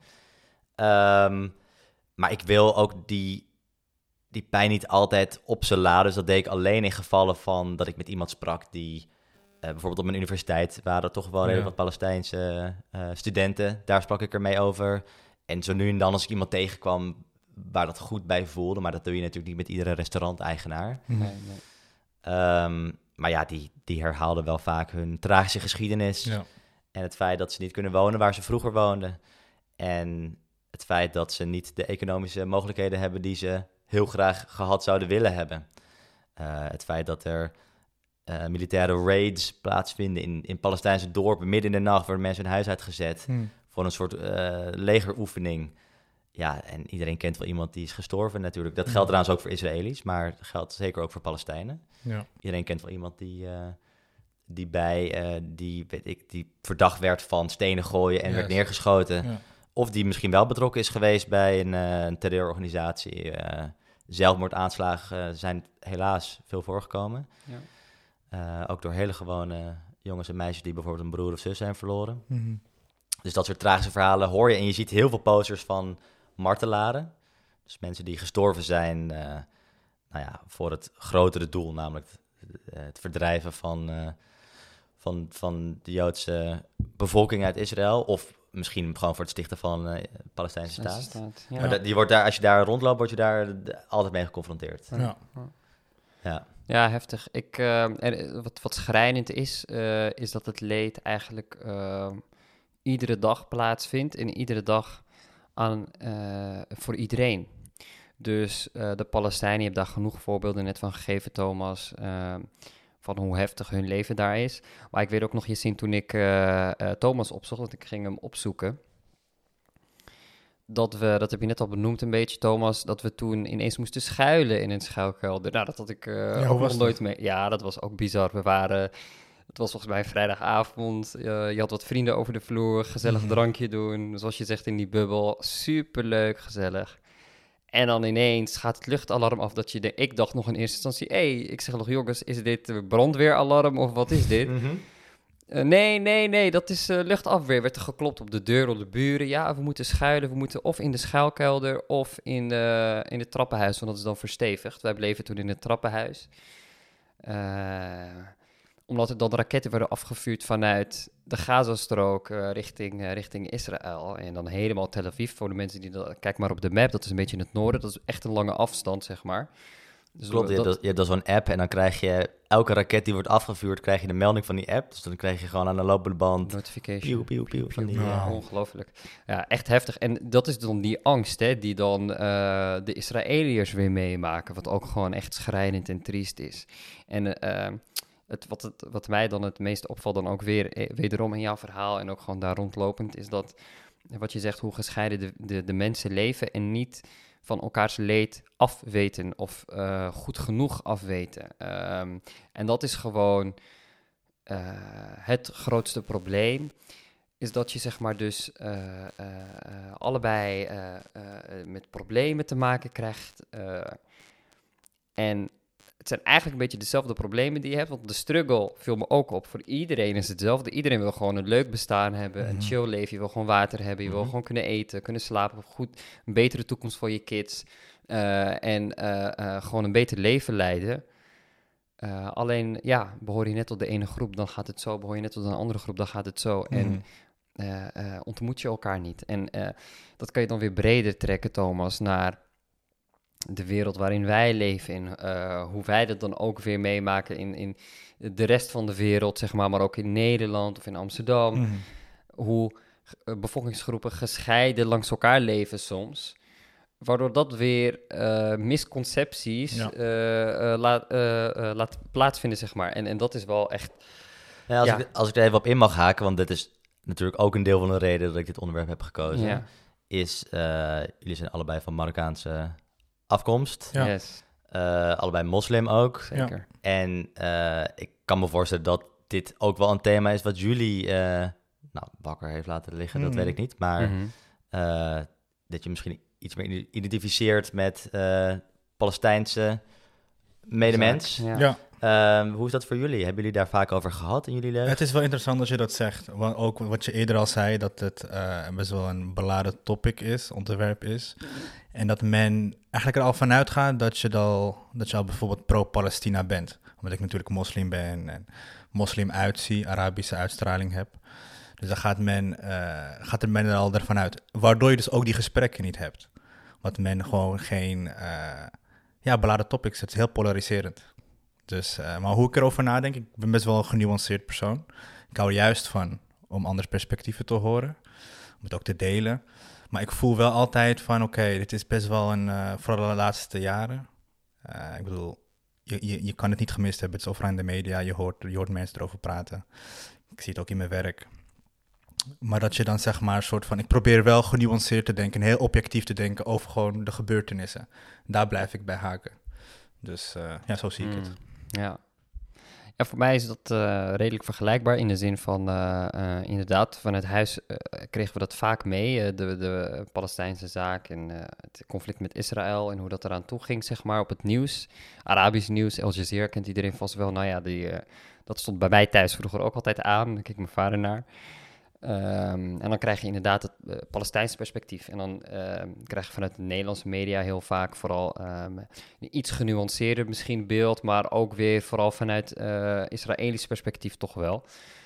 Maar ik wil ook die pijn niet altijd op ze laden. Dus dat deed ik alleen in gevallen van dat ik met iemand sprak die... bijvoorbeeld op mijn universiteit waren er toch wel redelijk wat Palestijnse studenten. Daar sprak ik ermee over. En zo nu en dan als ik iemand tegenkwam waar dat goed bij voelde. Maar dat doe je natuurlijk niet met iedere restauranteigenaar. Nee. Maar ja, die herhaalden wel vaak hun tragische geschiedenis. Ja. En het feit dat ze niet kunnen wonen waar ze vroeger woonden. En het feit dat ze niet de economische mogelijkheden hebben die ze heel graag gehad zouden willen hebben. Het feit dat er militaire raids plaatsvinden in Palestijnse dorpen. Midden in de nacht worden mensen hun huis uitgezet voor een soort legeroefening. Ja, en iedereen kent wel iemand die is gestorven natuurlijk. Dat geldt trouwens ook voor Israëli's, maar dat geldt zeker ook voor Palestijnen. Ja. Iedereen kent wel iemand die verdacht werd van stenen gooien en werd neergeschoten. Ja. Of die misschien wel betrokken is geweest bij een terreurorganisatie. Zelfmoordaanslagen zijn helaas veel voorgekomen. Ja. Ook door hele gewone jongens en meisjes die bijvoorbeeld een broer of zus zijn verloren. Mm-hmm. Dus dat soort tragische verhalen hoor je. En je ziet heel veel posters van martelaren. Dus mensen die gestorven zijn voor het grotere doel. Namelijk het verdrijven van de Joodse bevolking uit Israël. Of misschien gewoon voor het stichten van een Palestijnse staat. Ja. Maar die wordt daar, als je daar rondloopt, word je daar altijd mee geconfronteerd. Ja, heftig. Wat schrijnend is dat het leed eigenlijk iedere dag plaatsvindt en iedere dag voor iedereen. Dus de Palestijnen, je hebt daar genoeg voorbeelden net van gegeven, Thomas, van hoe heftig hun leven daar is. Maar ik weet ook nog, Yassine, toen ik Thomas opzocht, want ik ging hem opzoeken, dat heb je net al benoemd een beetje, Thomas, dat we toen ineens moesten schuilen in een schuilkelder. Nou, dat had ik ook nog nooit mee. Ja, dat was ook bizar. Het was volgens mij vrijdagavond, je had wat vrienden over de vloer, gezellig drankje doen, zoals je zegt in die bubbel, superleuk, gezellig. En dan ineens gaat het luchtalarm af ik dacht nog in eerste instantie, ik zeg nog, jongens, is dit brandweeralarm of wat is dit? Mm-hmm. Nee, dat is luchtafweer. Werd er geklopt op de deur door de buren. Ja, we moeten schuilen. We moeten of in de schuilkelder of in het trappenhuis, want dat is dan verstevigd. Wij bleven toen in het trappenhuis. Omdat er dan raketten werden afgevuurd vanuit de Gazastrook richting Israël. En dan helemaal Tel Aviv. Voor de mensen die kijk maar op de map, dat is een beetje in het noorden. Dat is echt een lange afstand, zeg maar. Dus klopt, je hebt dan zo'n app en dan krijg je elke raket die wordt afgevuurd, krijg je de melding van die app. Dus dan krijg je gewoon aan de lopende band notification. Pieuw, van die, ongelooflijk. Ja, echt heftig. En dat is dan die angst, hè, die dan de Israëliërs weer meemaken, wat ook gewoon echt schrijnend en triest is. En wat mij dan het meest opvalt, dan ook wederom in jouw verhaal en ook gewoon daar rondlopend, is dat wat je zegt, hoe gescheiden de mensen leven en niet van elkaars leed afweten of goed genoeg afweten. En dat is gewoon het grootste probleem, is dat je zeg maar dus allebei met problemen te maken krijgt. En het zijn eigenlijk een beetje dezelfde problemen die je hebt, want de struggle viel me ook op. Voor iedereen is hetzelfde. Iedereen wil gewoon een leuk bestaan hebben, een chill leven. Je wil gewoon water hebben, je wil gewoon kunnen eten, kunnen slapen, een betere toekomst voor je kids. En gewoon een beter leven leiden. Alleen, behoor je net tot de ene groep, dan gaat het zo. Behoor je net tot een andere groep, dan gaat het zo. En ontmoet je elkaar niet. En dat kan je dan weer breder trekken, Thomas, naar de wereld waarin wij leven. In hoe wij dat dan ook weer meemaken in de rest van de wereld, zeg maar ook in Nederland of in Amsterdam. Hoe bevolkingsgroepen gescheiden langs elkaar leven soms. waardoor dat weer misconcepties laat plaatsvinden, zeg maar. En dat is wel echt... Ja, als ik er even op in mag haken, want dit is natuurlijk ook een deel van de reden dat ik dit onderwerp heb gekozen, is jullie zijn allebei van Marokkaanse afkomst. Ja. Yes. Allebei moslim ook. Zeker. En ik kan me voorstellen dat dit ook wel een thema is wat jullie wakker heeft laten liggen, dat weet ik niet. Maar dat je misschien iets meer identificeert met Palestijnse medemens. Ja. Hoe is dat voor jullie? Hebben jullie daar vaak over gehad in jullie leven? Het is wel interessant als je dat zegt. Want ook wat je eerder al zei, dat het best wel een beladen topic is, onderwerp is. En dat men eigenlijk er al vanuit gaat dat je al bijvoorbeeld pro-Palestina bent. Omdat ik natuurlijk moslim ben en moslim uitzie, Arabische uitstraling heb. Dus dan gaat men er al ervan uit. Waardoor je dus ook die gesprekken niet hebt. Want men gewoon geen beladen topics. Het is heel polariserend. Dus, maar hoe ik erover nadenk, ik ben best wel een genuanceerd persoon. Ik hou er juist van om andere perspectieven te horen, om het ook te delen. Maar ik voel wel altijd van, oké, dit is best wel vooral de laatste jaren. Ik bedoel, je kan het niet gemist hebben. Het is overal in de media, je hoort mensen erover praten. Ik zie het ook in mijn werk. Maar dat je dan zeg maar een soort van... Ik probeer wel genuanceerd te denken, heel objectief te denken over gewoon de gebeurtenissen. Daar blijf ik bij haken. Dus zo zie ik het. Ja. Ja, voor mij is dat redelijk vergelijkbaar in de zin van, inderdaad, vanuit huis kregen we dat vaak mee, de Palestijnse zaak en het conflict met Israël en hoe dat eraan toe ging, zeg maar, op het nieuws. Arabisch nieuws, Al Jazeera kent iedereen vast wel. Nou ja, dat stond bij mij thuis vroeger ook altijd aan, daar keek mijn vader naar. En dan krijg je inderdaad het Palestijnse perspectief. En dan krijg je vanuit de Nederlandse media heel vaak vooral een iets genuanceerder misschien beeld, maar ook weer vooral vanuit Israëlisch perspectief toch wel.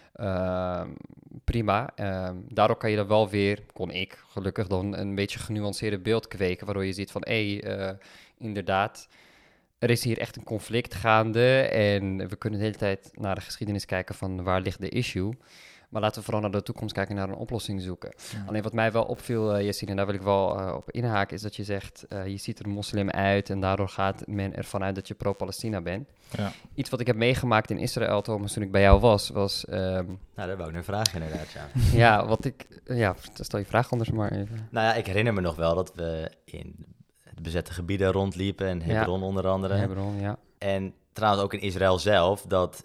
Prima. Daardoor kan je dan wel weer, kon ik gelukkig dan een beetje genuanceerder beeld kweken, waardoor je ziet van, inderdaad, er is hier echt een conflict gaande en we kunnen de hele tijd naar de geschiedenis kijken van waar ligt de issue. Maar laten we vooral naar de toekomst kijken, naar een oplossing zoeken. Ja. Alleen wat mij wel opviel, Yassine, en daar wil ik wel op inhaken, is dat je zegt, je ziet er een moslim uit en daardoor gaat men ervan uit dat je pro-Palestina bent. Ja. Iets wat ik heb meegemaakt in Israël, Thomas, toen ik bij jou was... daar wou ik een vraag inderdaad, ja. Stel je vraag anders maar even. Nou ja, ik herinner me nog wel dat we in de bezette gebieden rondliepen, en Hebron onder andere. Hebron, ja. En trouwens ook in Israël zelf,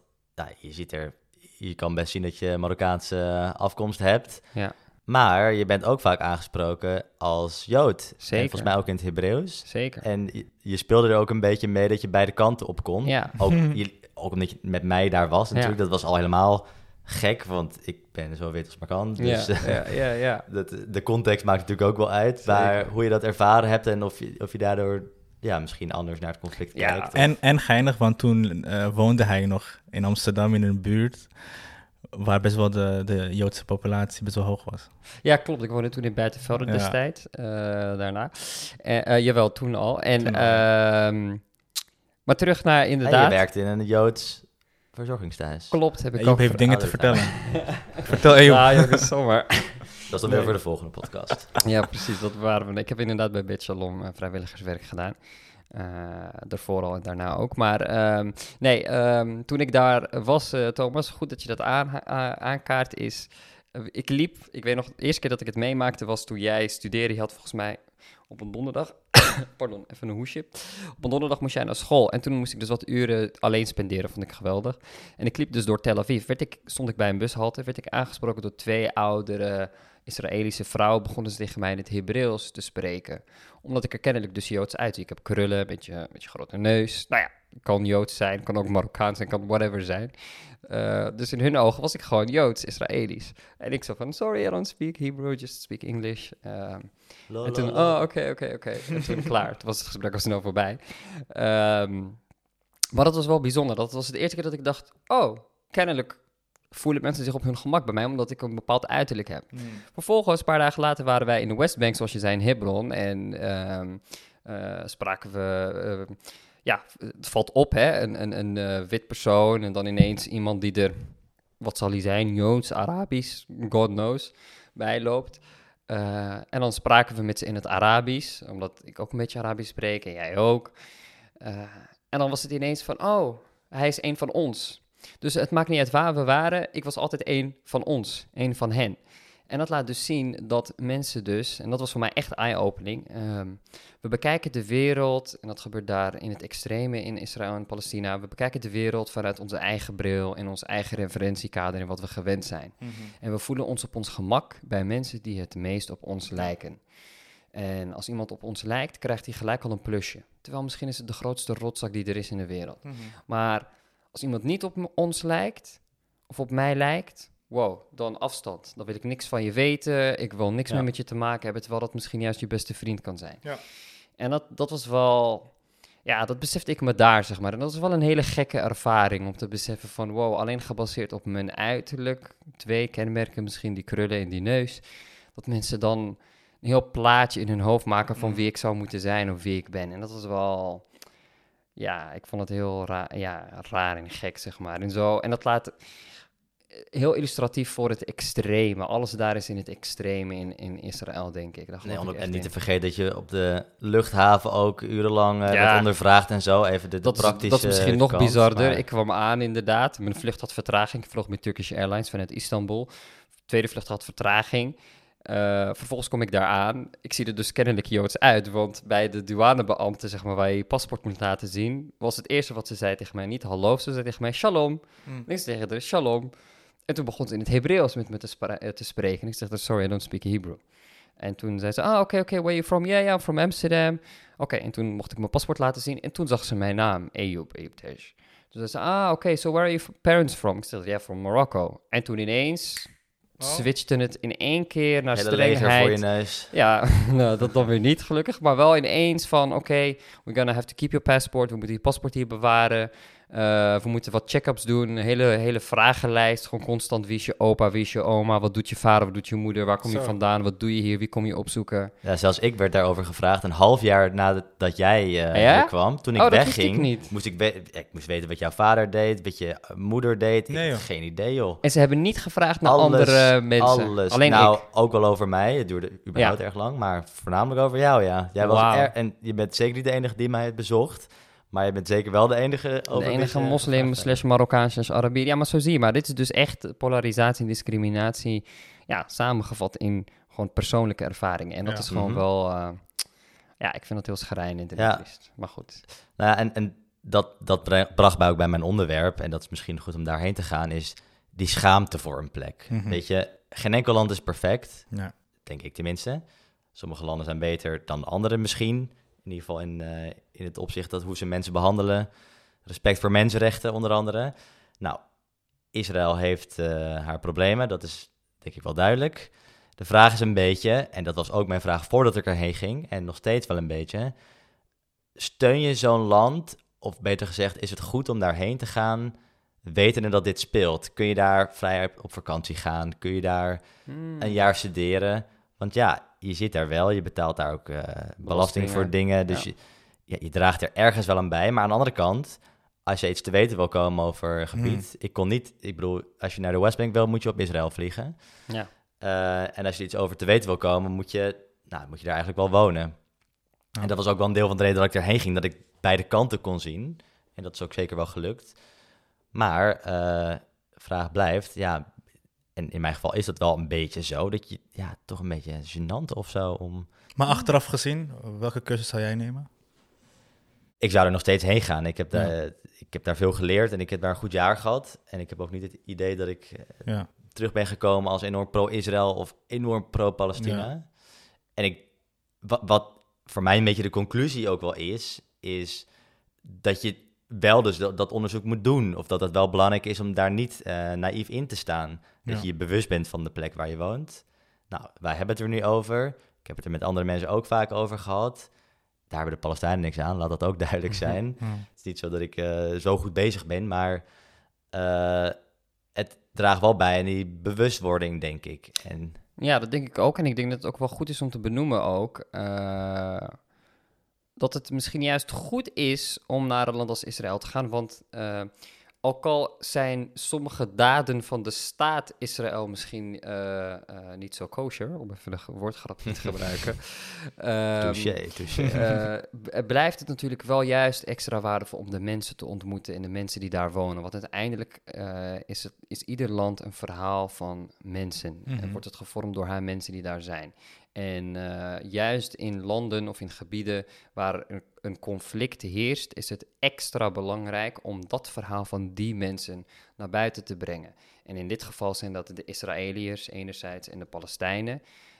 je kan best zien dat je Marokkaanse afkomst hebt. Ja. Maar je bent ook vaak aangesproken als Jood. Zeker. En volgens mij ook in het Hebreeuws. Zeker. En je speelde er ook een beetje mee dat je beide kanten op kon. Ja. Ook omdat je met mij daar was natuurlijk. Ja. Dat was al helemaal gek, want ik ben zo wit als maar kan. Dus ja. De context maakt natuurlijk ook wel uit. Maar hoe je dat ervaren hebt en of je daardoor... misschien anders naar het conflict kijkt. En geinig, want toen woonde hij nog in Amsterdam in een buurt waar best wel de Joodse populatie best wel hoog was. Ja, klopt. Ik woonde toen in Buitenvelde destijds, daarna. Jawel, toen al. Maar terug naar inderdaad... En je werkte in een Joods verzorgingstehuis. Klopt, heb ik Ejob ook. heeft dingen te vertellen. Vertel Ejob. Ja, jongens, zomaar. Dat is dan weer voor de volgende podcast. Ja, precies. Dat waren we. Ik heb inderdaad bij Beit Shalom vrijwilligerswerk gedaan. Daarvoor al en daarna ook. Maar toen ik daar was, Thomas, goed dat je dat aankaart is. Ik weet nog, de eerste keer dat ik het meemaakte was toen jij studeerde. Je had volgens mij op een donderdag... Pardon, even een hoesje. Op een donderdag moest jij naar school. En toen moest ik dus wat uren alleen spenderen. Vond ik geweldig. En ik liep dus door Tel Aviv. Stond ik bij een bushalte. Werd ik aangesproken door 2 oudere Israëlische vrouwen. Begonnen ze tegen mij in het Hebreeuws te spreken. Omdat ik er kennelijk dus Joods uitzie. Ik heb krullen, een beetje grote neus. Nou ja, kan Joods zijn, kan ook Marokkaans zijn, kan whatever zijn. Dus in hun ogen was ik gewoon Joods, Israëlisch. En ik zo van, sorry, I don't speak Hebrew, just speak English. En toen, oké. En toen klaar, toen was het gesprek al snel voorbij. Maar dat was wel bijzonder. Dat was de eerste keer dat ik dacht, kennelijk voelen mensen zich op hun gemak bij mij, omdat ik een bepaald uiterlijk heb. Vervolgens, een paar dagen later, waren wij in de Westbank, zoals je zei, in Hebron. En spraken we... het valt op, hè, een wit persoon en dan ineens iemand die er, wat zal hij zijn, Joods, Arabisch, God knows, bij loopt. En dan spraken we met ze in het Arabisch, omdat ik ook een beetje Arabisch spreek en jij ook. En dan was het ineens van, oh, hij is een van ons. Dus het maakt niet uit waar we waren, ik was altijd een van ons, een van hen. En dat laat dus zien dat mensen dus, en dat was voor mij echt eye-opening, we bekijken de wereld, en dat gebeurt daar in het extreme in Israël en Palestina, we bekijken de wereld vanuit onze eigen bril en ons eigen referentiekader en wat we gewend zijn. En we voelen ons op ons gemak bij mensen die het meest op ons lijken. En als iemand op ons lijkt, krijgt hij gelijk al een plusje. Terwijl misschien is het de grootste rotzak die er is in de wereld. Maar als iemand niet op ons lijkt, of op mij lijkt, wow, dan afstand. Dan wil ik niks van je weten, ik wil niks meer met je te maken hebben, terwijl dat misschien juist je beste vriend kan zijn. Ja. En dat was wel, ja, dat besefte ik me daar, zeg maar. En dat was wel een hele gekke ervaring om te beseffen van, wow, alleen gebaseerd op mijn uiterlijk, 2 kenmerken, misschien die krullen en die neus, dat mensen dan een heel plaatje in hun hoofd maken van wie ik zou moeten zijn of wie ik ben. En dat was wel, ja, ik vond het heel raar en gek, zeg maar. En dat laat heel illustratief voor het extreme. Alles daar is in het extreme in Israël, denk ik. En niet te vergeten dat je op de luchthaven ook urenlang wordt ondervraagd en zo. Even de praktische dat is misschien nog kant, bizarder. Maar... Ik kwam aan inderdaad. Mijn vlucht had vertraging. Ik vloog met Turkish Airlines vanuit Istanbul. Tweede vlucht had vertraging. Vervolgens kom ik daar aan. Ik zie er dus kennelijk Joods uit, want bij de douanebeambte, zeg maar, waar je je paspoort moet laten zien, was het eerste wat ze zei tegen mij niet hallo, ze zei tegen mij shalom. Niks tegen haar, shalom. En toen begon ze in het Hebreeuws met me te spreken. Ik zeg, sorry, I don't speak Hebrew. En toen zei ze, oké, where are you from? Yeah, I'm from Amsterdam. Oké, en toen mocht ik mijn paspoort laten zien en toen zag ze mijn naam, Eyüp Tej. Toen zei ze, oké, so where are your parents from? Ik zeg, yeah, from Morocco. En toen ineens switchte het in één keer naar strengheid. Hele leger voor je neus. Ja, nou, dat dan weer niet gelukkig. Maar wel ineens van, oké, we're gonna have to keep your passport. We moeten je paspoort hier bewaren. We moeten wat check-ups doen. Een hele vragenlijst. Gewoon constant, wie is je opa, wie is je oma? Wat doet je vader, wat doet je moeder? Waar kom je vandaan? Wat doe je hier? Wie kom je opzoeken? Ja, zelfs ik werd daarover gevraagd. Een half jaar nadat jij hier kwam. Toen ik wegging, moest ik moest weten wat jouw vader deed, wat je moeder deed. Ik had geen idee, joh. En ze hebben niet gevraagd naar andere mensen. Alles. Alleen nou, ik. Ook wel over mij. Het duurde überhaupt erg lang. Maar voornamelijk over jou, ja. Jij was en je bent zeker niet de enige die mij het bezocht. Maar je bent zeker wel de enige moslim / Marokkaan / Arabier. Ja, maar zo zie je. Maar dit is dus echt polarisatie en discriminatie. Ja, samengevuld in gewoon persoonlijke ervaringen. En dat is gewoon wel... ik vind dat heel schrijnend en triest. Maar goed. Nou ja, en dat bracht mij ook bij mijn onderwerp. En dat is misschien goed om daarheen te gaan. Is die schaamte voor een plek. Weet je, geen enkel land is perfect. Ja. Denk ik tenminste. Sommige landen zijn beter dan andere misschien. In ieder geval in het opzicht dat hoe ze mensen behandelen. Respect voor mensenrechten onder andere. Nou, Israël heeft haar problemen. Dat is denk ik wel duidelijk. De vraag is een beetje, en dat was ook mijn vraag voordat ik erheen ging. En nog steeds wel een beetje. Steun je zo'n land, of beter gezegd, is het goed om daarheen te gaan, wetende dat dit speelt? Kun je daar vrij op vakantie gaan? Kun je daar een jaar studeren? Want ja, je zit daar wel, je betaalt daar ook belasting voor dingen. Dus je draagt er ergens wel aan bij. Maar aan de andere kant, als je iets te weten wil komen over een gebied... Ik bedoel, als je naar de Westbank wil, moet je op Israël vliegen. Ja. En als je iets over te weten wil komen, moet je daar eigenlijk wel wonen. Ja. En dat was ook wel een deel van de reden dat ik erheen ging, dat ik beide kanten kon zien. En dat is ook zeker wel gelukt. Maar, vraag blijft, ja... En in mijn geval is dat wel een beetje zo, dat je toch een beetje gênant of zo om... Maar achteraf gezien, welke cursus zou jij nemen? Ik zou er nog steeds heen gaan. Ik heb daar veel geleerd en ik heb daar een goed jaar gehad. En ik heb ook niet het idee dat ik terug ben gekomen als enorm pro-Israël of enorm pro-Palestina. Ja. En wat voor mij een beetje de conclusie ook wel is dat je wel dus dat onderzoek moet doen. Of dat het wel belangrijk is om daar niet naïef in te staan. Dat je je bewust bent van de plek waar je woont. Nou, wij hebben het er nu over. Ik heb het er met andere mensen ook vaak over gehad. Daar hebben de Palestijnen niks aan, laat dat ook duidelijk zijn. Het is niet zo dat ik zo goed bezig ben, maar het draagt wel bij aan die bewustwording, denk ik. Ja, dat denk ik ook. En ik denk dat het ook wel goed is om te benoemen ook... dat het misschien juist goed is om naar een land als Israël te gaan. Want ook al zijn sommige daden van de staat Israël misschien niet zo kosher, om even een woordgrapje te gebruiken. Touché. Blijft het natuurlijk wel juist extra waardevol om de mensen te ontmoeten en de mensen die daar wonen. Want uiteindelijk is ieder land een verhaal van mensen. En wordt het gevormd door haar mensen die daar zijn. En juist in landen of in gebieden waar een conflict heerst, is het extra belangrijk om dat verhaal van die mensen naar buiten te brengen. En in dit geval zijn dat de Israëliërs enerzijds en de Palestijnen,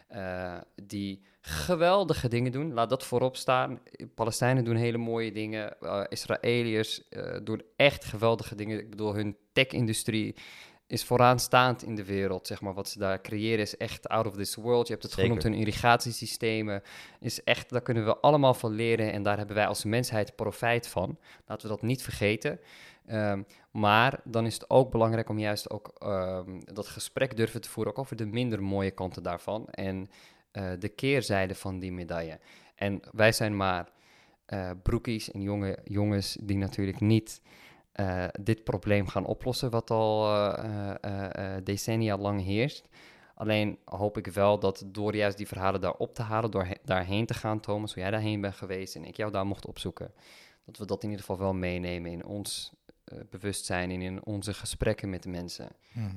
die geweldige dingen doen. Laat dat voorop staan. Palestijnen doen hele mooie dingen. Israëliërs doen echt geweldige dingen. Ik bedoel, hun tech-industrie is vooraanstaand in de wereld, zeg maar. Wat ze daar creëren is echt out of this world. Je hebt het genoemd, hun irrigatiesystemen is echt, daar kunnen we allemaal van leren en daar hebben wij als mensheid profijt van. Laten we dat niet vergeten. Maar dan is het ook belangrijk om juist ook dat gesprek durven te voeren, ook over de minder mooie kanten daarvan en de keerzijde van die medaille. En wij zijn maar broekies en jonge jongens die natuurlijk niet dit probleem gaan oplossen wat al decennia lang heerst. Alleen hoop ik wel dat door juist die verhalen daar op te halen, door daarheen te gaan, Thomas, hoe jij daarheen bent geweest en ik jou daar mocht opzoeken, dat we dat in ieder geval wel meenemen in ons bewustzijn en in onze gesprekken met de mensen.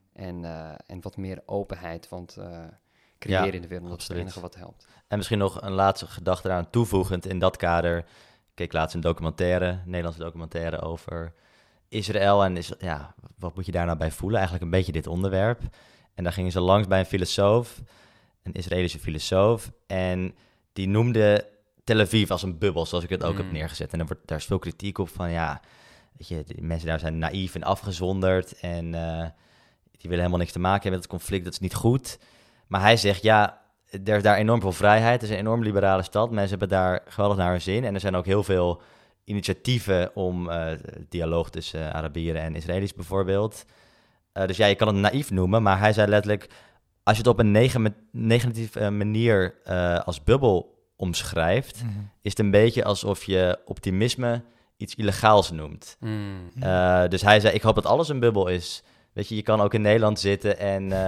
En wat meer openheid, want creëren in de wereld, dat is het enige wat helpt. En misschien nog een laatste gedachte eraan toevoegend in dat kader. Ik keek laatst een Nederlandse documentaire over Israël en wat moet je daar nou bij voelen? Eigenlijk een beetje dit onderwerp. En daar gingen ze langs bij een filosoof, een Israëlische filosoof, en die noemde Tel Aviv als een bubbel, zoals ik het ook heb neergezet. En daar is veel kritiek op van, weet je, die mensen daar zijn naïef en afgezonderd en die willen helemaal niks te maken hebben met het conflict, dat is niet goed. Maar hij zegt, er is daar enorm veel vrijheid, het is een enorm liberale stad, mensen hebben daar geweldig naar hun zin en er zijn ook heel veel initiatieven om dialoog tussen Arabieren en Israëli's bijvoorbeeld. Dus je kan het naïef noemen, maar hij zei letterlijk, als je het op een negatieve manier als bubbel omschrijft, is het een beetje alsof je optimisme iets illegaals noemt. Dus hij zei, ik hoop dat alles een bubbel is. Weet je, je kan ook in Nederland zitten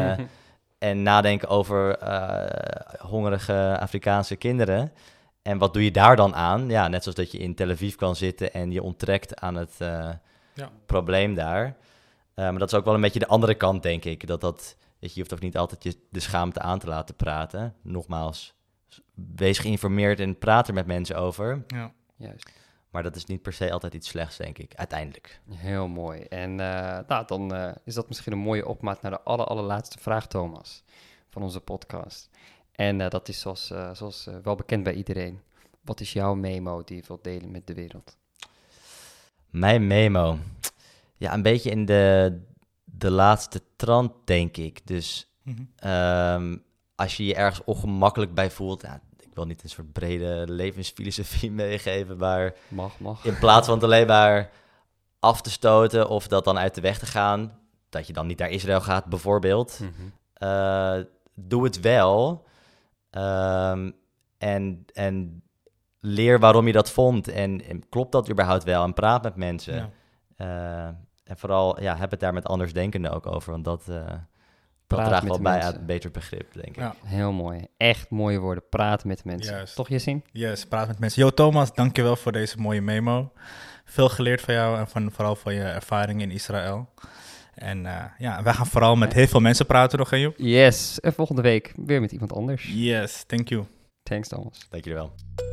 en nadenken over hongerige Afrikaanse kinderen. En wat doe je daar dan aan? Ja, net zoals dat je in Tel Aviv kan zitten en je onttrekt aan het probleem daar. Maar dat is ook wel een beetje de andere kant, denk ik. Weet je hoeft ook niet altijd de schaamte aan te laten praten. Nogmaals, wees geïnformeerd en praat er met mensen over. Ja. Juist. Maar dat is niet per se altijd iets slechts, denk ik, uiteindelijk. Heel mooi. En dan is dat misschien een mooie opmaat naar de allerlaatste vraag, Thomas, van onze podcast. En dat is zoals wel bekend bij iedereen. Wat is jouw memo die je wilt delen met de wereld? Mijn memo? Ja, een beetje in de laatste trant, denk ik. Dus als je je ergens ongemakkelijk bij voelt, ik wil niet een soort brede levensfilosofie meegeven, maar Mag. In plaats van het alleen maar af te stoten of dat dan uit de weg te gaan, dat je dan niet naar Israël gaat bijvoorbeeld, doe het wel en leer waarom je dat vond en klopt dat überhaupt wel en praat met mensen. Ja. En vooral heb het daar met andersdenkenden ook over, want dat draagt wel bij aan een beter begrip, denk ik. Ja. Heel mooi. Echt mooie woorden. Praten met mensen. Juist. Toch, Yassine? Yes, praat met mensen. Yo, Thomas, dankjewel voor deze mooie memo. Veel geleerd van jou en vooral van je ervaring in Israël. En wij gaan vooral met heel veel mensen praten nog, hè Joep? Yes. En volgende week weer met iemand anders. Yes, thank you. Thanks, Thomas. Dank jullie wel.